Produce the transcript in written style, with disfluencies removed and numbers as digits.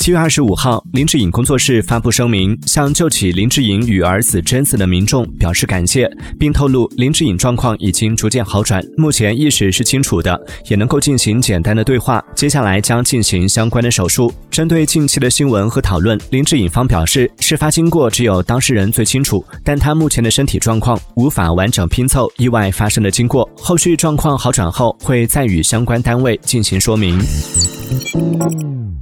7月25号，林志颖工作室发布声明，向救起林志颖与儿子真嗣的民众表示感谢，并透露林志颖状况已经逐渐好转，目前意识是清楚的，也能够进行简单的对话，接下来将进行相关的手术。针对近期的新闻和讨论，林志颖方表示，事发经过只有当事人最清楚，但他目前的身体状况无法完整拼凑意外发生的经过，后续状况好转后会再与相关单位进行说明。